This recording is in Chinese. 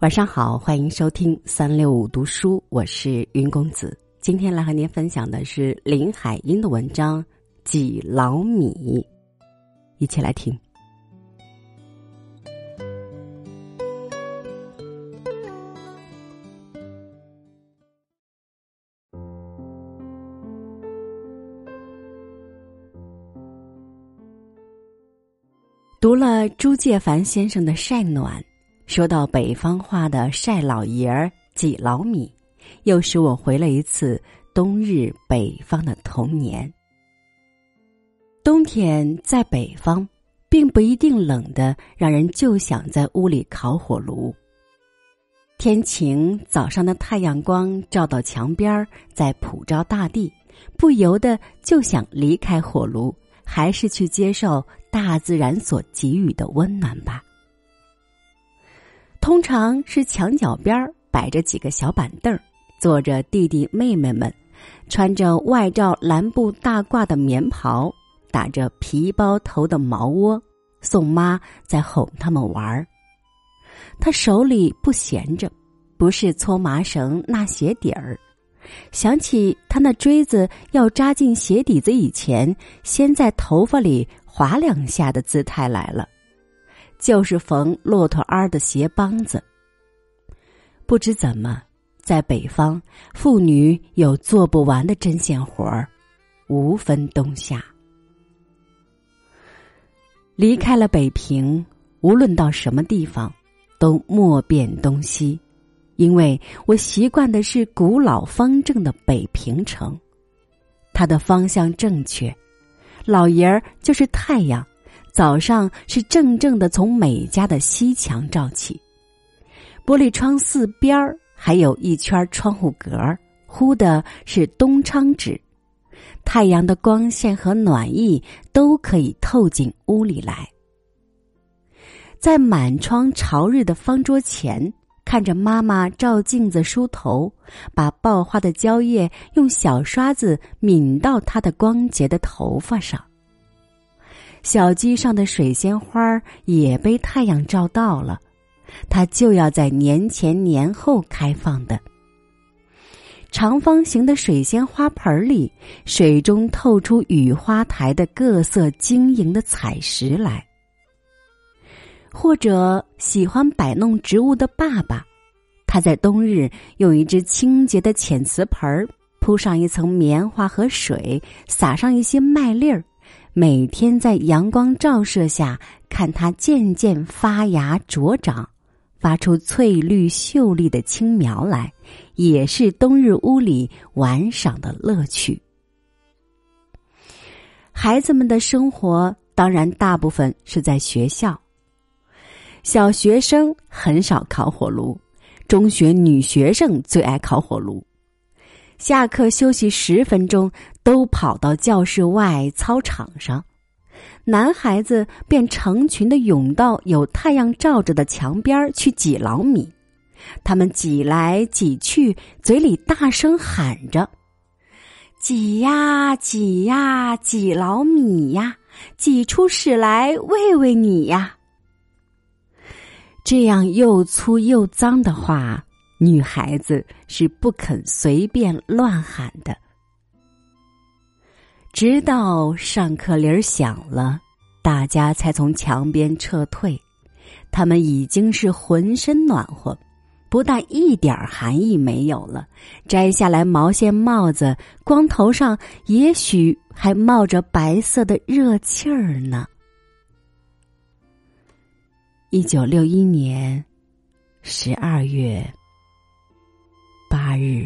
晚上好，欢迎收听365读书，我是云公子。今天来和您分享的是林海音的文章《几老米》，一起来听。读了朱介凡先生的《晒暖》，说到北方话的晒老爷儿几老米，又使我回了一次冬日北方的童年。冬天在北方并不一定冷得让人就想在屋里烤火炉。天晴，早上的太阳光照到墙边，在普照大地，不由得就想离开火炉，还是去接受大自然所给予的温暖吧。通常是墙角边摆着几个小板凳，坐着弟弟妹妹们，穿着外罩蓝布大褂的棉袍，打着皮包头的毛窝，宋妈在哄他们玩。他手里不闲着，不是搓麻绳纳鞋底儿，想起他那锥子要扎进鞋底子以前，先在头发里划两下的姿态来了，就是缝骆驼鞍的鞋帮子。不知怎么，在北方，妇女有做不完的针线活儿，无分冬夏。离开了北平，无论到什么地方，都莫辨东西，因为我习惯的是古老方正的北平城，它的方向正确，老爷儿就是太阳，早上是正正的从每家的西墙照起，玻璃窗四边还有一圈窗户格，糊的是东窗纸，太阳的光线和暖意都可以透进屋里来。在满窗朝日的方桌前，看着妈妈照镜子梳头，把爆花的蕉叶用小刷子抿到她的光洁的头发上。小鸡上的水仙花也被太阳照到了，它就要在年前年后开放的。长方形的水仙花盆里，水中透出雨花台的各色晶莹的彩石来。或者喜欢摆弄植物的爸爸，他在冬日用一只清洁的浅瓷盆铺上一层棉花和水，撒上一些麦粒儿，每天在阳光照射下看它渐渐发芽茁长，发出翠绿秀丽的青苗来，也是冬日屋里玩赏的乐趣。孩子们的生活当然大部分是在学校，小学生很少烤火炉，中学女学生最爱烤火炉。下课休息10分钟，都跑到教室外操场上，男孩子便成群地涌到有太阳照着的墙边去挤老米。他们挤来挤去，嘴里大声喊着：挤呀挤呀挤老米呀，挤出屎来喂喂你呀。这样又粗又脏的话，女孩子是不肯随便乱喊的。直到上课铃响了，大家才从墙边撤退，他们已经是浑身暖和，不但一点寒意没有了，摘下来毛线帽子，光头上也许还冒着白色的热气儿呢。1961年12月8日。